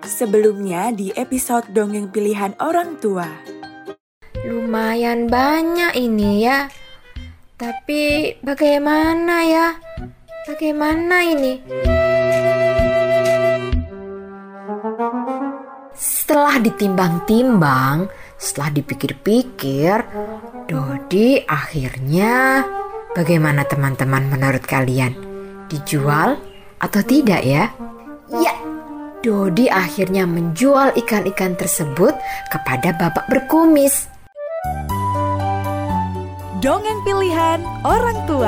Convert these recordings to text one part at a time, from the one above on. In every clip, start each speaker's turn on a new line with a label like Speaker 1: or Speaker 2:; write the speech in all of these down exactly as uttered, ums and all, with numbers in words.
Speaker 1: Sebelumnya di episode Dongeng Pilihan Orang Tua.
Speaker 2: Lumayan banyak ini ya. Tapi bagaimana ya? Bagaimana ini? Setelah ditimbang-timbang, setelah dipikir-pikir, Dodi akhirnya bagaimana teman-teman menurut kalian? Dijual atau tidak ya? Ya, Dodi akhirnya menjual ikan-ikan tersebut kepada bapak berkumis.
Speaker 1: Dongeng Pilihan Orang Tua.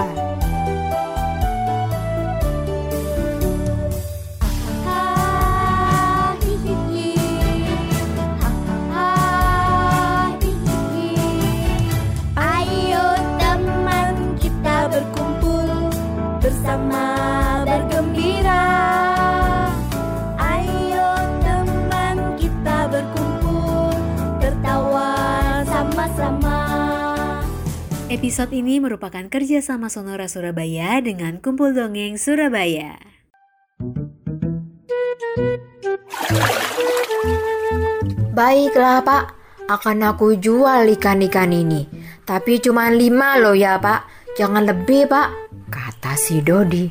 Speaker 3: Ayo teman kita berkumpul bersama bergembira. Ayo teman kita berkumpul tertawa sama-sama.
Speaker 4: Episode ini merupakan kerjasama Sonora Surabaya dengan Kumpul Dongeng Surabaya.
Speaker 2: Baiklah Pak, akan aku jual ikan-ikan ini. Tapi cuma lima loh ya Pak, jangan lebih Pak, kata si Dodi.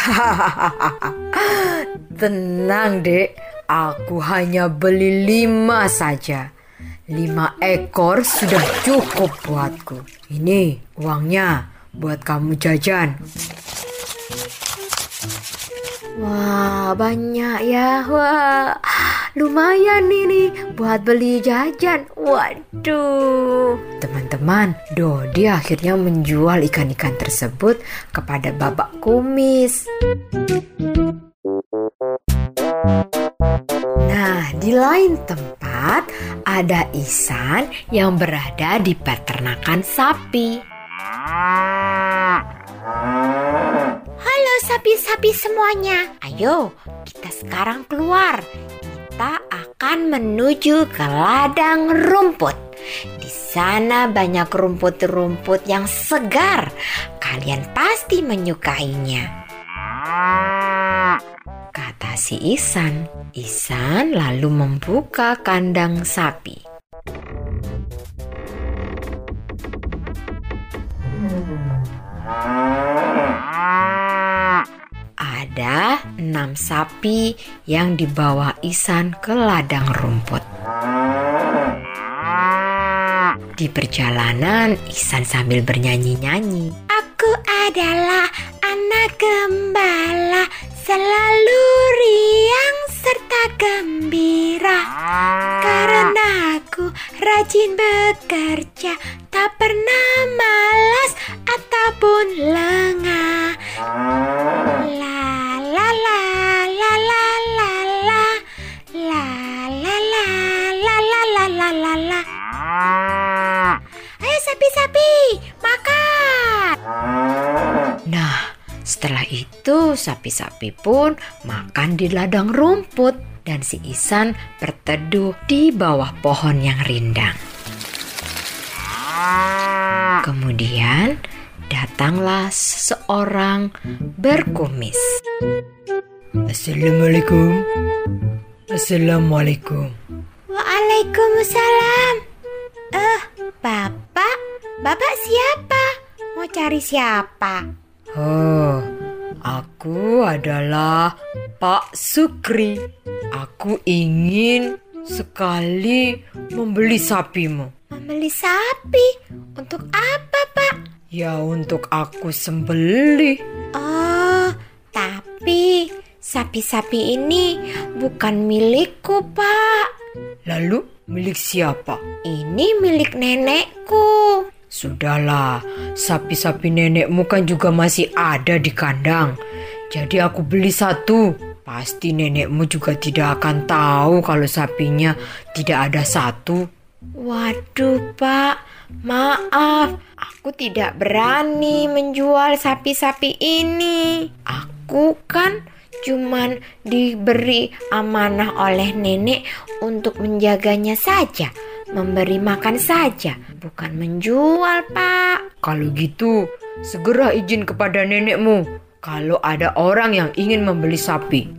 Speaker 2: Tenang dek, aku hanya beli lima saja. Lima ekor sudah cukup buatku. Ini uangnya buat kamu jajan. Wah, banyak ya. Wah, lumayan ini buat beli jajan. Waduh. Teman-teman, Dodi akhirnya menjual ikan-ikan tersebut kepada bapak kumis. Nah, di lain tempat ada Ihsan yang berada di peternakan sapi. Halo sapi-sapi semuanya, ayo kita sekarang keluar. Kita akan menuju ke ladang rumput. Di sana banyak rumput-rumput yang segar. Kalian pasti menyukainya, kata si Ihsan. Ihsan lalu membuka kandang sapi. Ada enam sapi yang dibawa Ihsan ke ladang rumput. Di perjalanan, Ihsan sambil bernyanyi-nyanyi. Aku adalah anak gembala, selalu riang serta gembira. Karena aku rajin bekerja, tak pernah malas ataupun lengah. La la la la la la la la la la la la la la la la. Ayo sapi-sapi, makan. Nah, setelah itu sapi-sapi pun makan di ladang rumput dan si Ihsan berteduh di bawah pohon yang rindang. Kemudian datanglah seseorang berkumis. Assalamualaikum. Assalamualaikum. Waalaikumsalam. Eh, Bapak? Bapak siapa? Mau cari siapa? Oh, aku adalah Pak Sukri. Aku ingin sekali membeli sapimu. Membeli sapi? Untuk apa, Pak? Ya, untuk aku sembelih. Oh, tapi sapi-sapi ini bukan milikku, Pak. Lalu milik siapa? Ini milik nenekku. Sudahlah, sapi-sapi nenekmu kan juga masih ada di kandang. Jadi aku beli satu. Pasti nenekmu juga tidak akan tahu kalau sapinya tidak ada satu. Waduh Pak, maaf. Aku tidak berani menjual sapi-sapi ini. Aku kan cuman diberi amanah oleh nenek untuk menjaganya saja, memberi makan saja, bukan menjual, Pak. Kalau gitu, segera izin kepada nenekmu kalau ada orang yang ingin membeli sapi. Tapi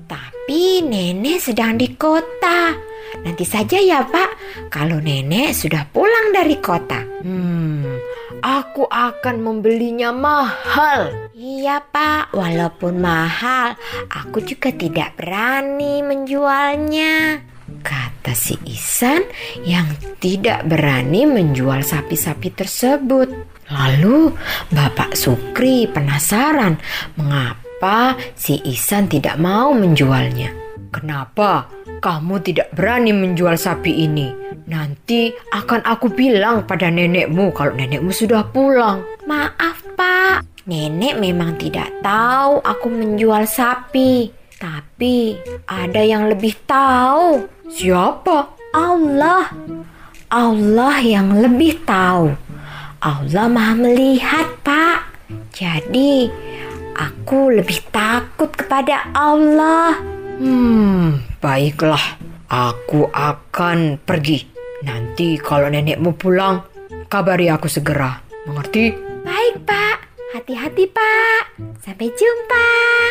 Speaker 2: Tapi nenek sedang di kota. Nanti saja ya Pak, kalau nenek sudah pulang dari kota.
Speaker 5: Hmm, aku akan membelinya mahal.
Speaker 2: Iya Pak, walaupun mahal, aku juga tidak berani menjualnya, kata si Ihsan yang tidak berani menjual sapi-sapi tersebut. Lalu Bapak Sukri penasaran mengapa si Ihsan tidak mau menjualnya.
Speaker 5: Kenapa kamu tidak berani menjual sapi ini? Nanti akan aku bilang pada nenekmu kalau nenekmu sudah pulang.
Speaker 2: Maaf Pak, nenek memang tidak tahu aku menjual sapi. Tapi ada yang lebih tahu.
Speaker 5: Siapa?
Speaker 2: Allah. Allah yang lebih tahu. Allah Maha melihat Pak. Jadi aku lebih takut kepada Allah.
Speaker 5: Hmm, baiklah. Aku akan pergi. Nanti kalau nenekmu pulang, kabari aku segera. Mengerti?
Speaker 2: Baik Pak. Hati-hati Pak. Sampai jumpa.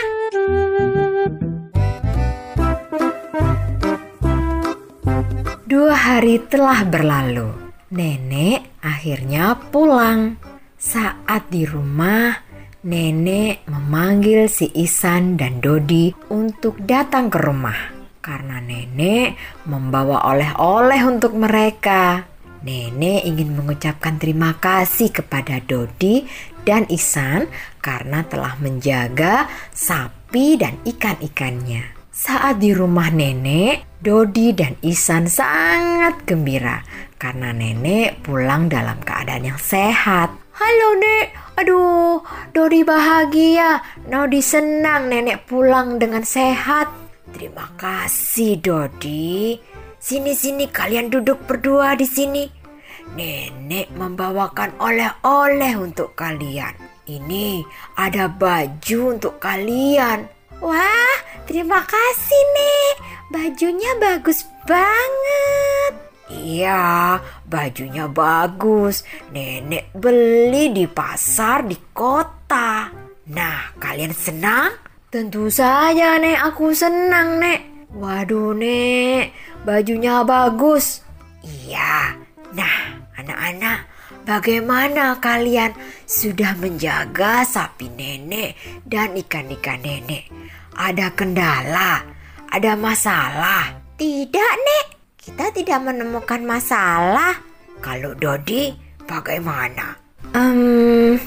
Speaker 2: Dua hari telah berlalu. Nenek akhirnya pulang. Saat di rumah, nenek memanggil si Ihsan dan Dodi untuk datang ke rumah. Karena nenek membawa oleh-oleh untuk mereka. Nenek ingin mengucapkan terima kasih kepada Dodi dan Ihsan karena telah menjaga sapi dan ikan-ikannya. Saat di rumah nenek, Dodi dan Ihsan sangat gembira karena nenek pulang dalam keadaan yang sehat. Halo Nek, aduh Dodi bahagia, Dodi senang nenek pulang dengan sehat. Terima kasih Dodi. Sini-sini kalian duduk berdua di sini. Nenek membawakan oleh-oleh untuk kalian. Ini ada baju untuk kalian. Wah, terima kasih Nek. Bajunya bagus banget. Iya, bajunya bagus. Nenek beli di pasar di kota. Nah, kalian senang? Tentu saja Nek, aku senang Nek. Waduh Nek, bajunya bagus. Iya, nah anak-anak, bagaimana kalian sudah menjaga sapi nenek dan ikan-ikan nenek? Ada kendala? Ada masalah? Tidak Nek, kita tidak menemukan masalah. Kalau Dodi bagaimana? Hmm,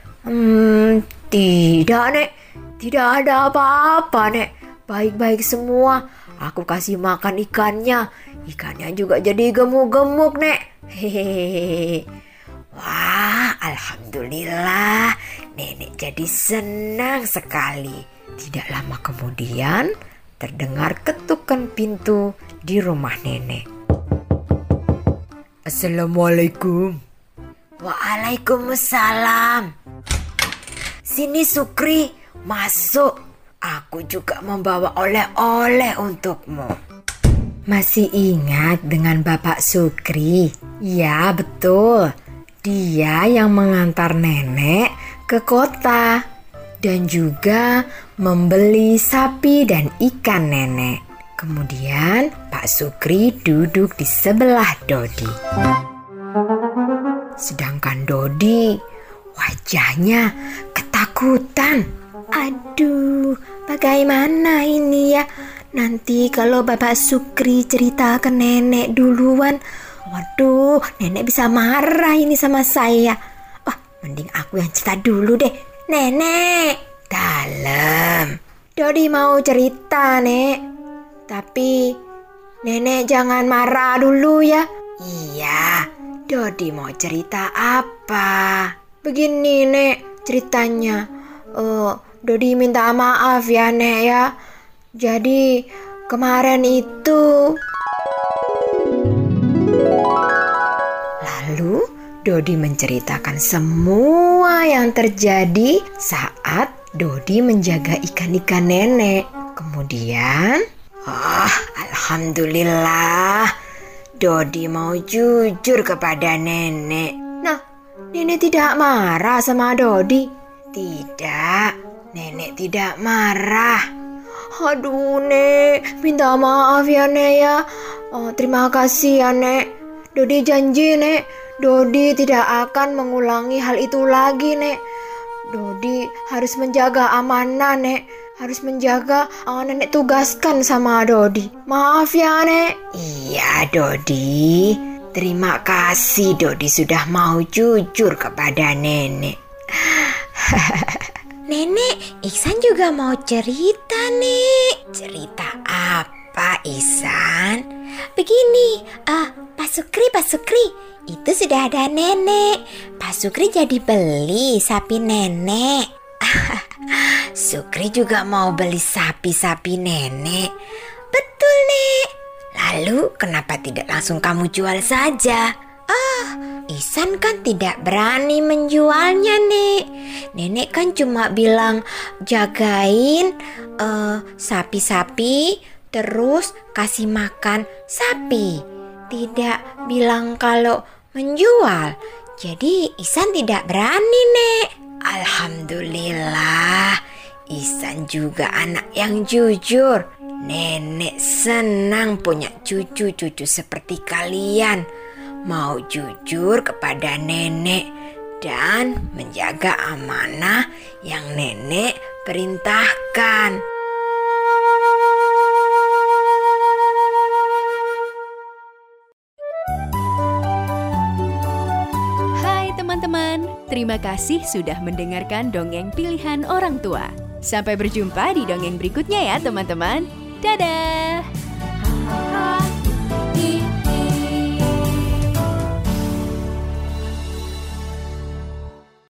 Speaker 2: hmm, tidak Nek, tidak ada apa-apa Nek. Baik-baik semua. Aku kasih makan ikannya. Ikannya juga jadi gemuk-gemuk Nek. Hehehe. Wah, alhamdulillah. Nenek jadi senang sekali. Tidak lama kemudian terdengar ketukan pintu di rumah nenek.
Speaker 5: Assalamualaikum.
Speaker 2: Waalaikumsalam. Sini Sukri, masuk. Aku juga membawa oleh-oleh untukmu. Masih ingat dengan Bapak Sukri? Ya, betul. Dia yang mengantar nenek ke kota dan juga membeli sapi dan ikan nenek. Kemudian Pak Sukri duduk di sebelah Dodi. Sedangkan Dodi wajahnya ketakutan. Aduh, bagaimana ini ya? Nanti kalau Bapak Sukri cerita ke nenek duluan, waduh, nenek bisa marah ini sama saya. Wah, mending aku yang cerita dulu deh. Nenek, dalam. Dodi mau cerita, Nek. Tapi nenek jangan marah dulu ya. Iya, Dodi mau cerita apa? Begini, Nek, ceritanya. Uh, Dodi minta maaf ya, Nek ya. Jadi kemarin itu. Lalu Dodi menceritakan semua yang terjadi saat Dodi menjaga ikan-ikan nenek. Kemudian, oh, alhamdulillah, Dodi mau jujur kepada nenek. Nah, nenek tidak marah sama Dodi? Tidak, nenek tidak marah.
Speaker 5: Aduh Nek, minta maaf ya Nek ya. Oh, terima kasih ya Nek. Dodi janji Nek, Dodi tidak akan mengulangi hal itu lagi Nek. Dodi harus menjaga amanah Nek. Harus menjaga uh, Nenek tugaskan sama Dodi. Maaf ya Nek. Iya Dodi. Terima kasih Dodi sudah mau jujur kepada Nenek.
Speaker 2: Nenek, Ihsan juga mau cerita nih. Cerita apa Ihsan? Begini, ah, Pak Sukri, Pak Sukri, itu sudah ada nenek. Pak Sukri jadi beli sapi nenek. Sukri juga mau beli sapi-sapi nenek. Betul Nek. Lalu kenapa tidak langsung kamu jual saja? Ah, Ihsan kan tidak berani menjualnya Nek. Nenek kan cuma bilang jagain uh, sapi-sapi, terus kasih makan sapi. Tidak bilang kalau menjual. Jadi Ihsan tidak berani Nek. Alhamdulillah, Ihsan juga anak yang jujur. Nenek senang punya cucu-cucu seperti kalian. Mau jujur kepada nenek dan menjaga amanah yang nenek perintahkan.
Speaker 6: Hai teman-teman, terima kasih sudah mendengarkan dongeng pilihan orang tua. Sampai berjumpa di dongeng berikutnya ya teman-teman. Dadah!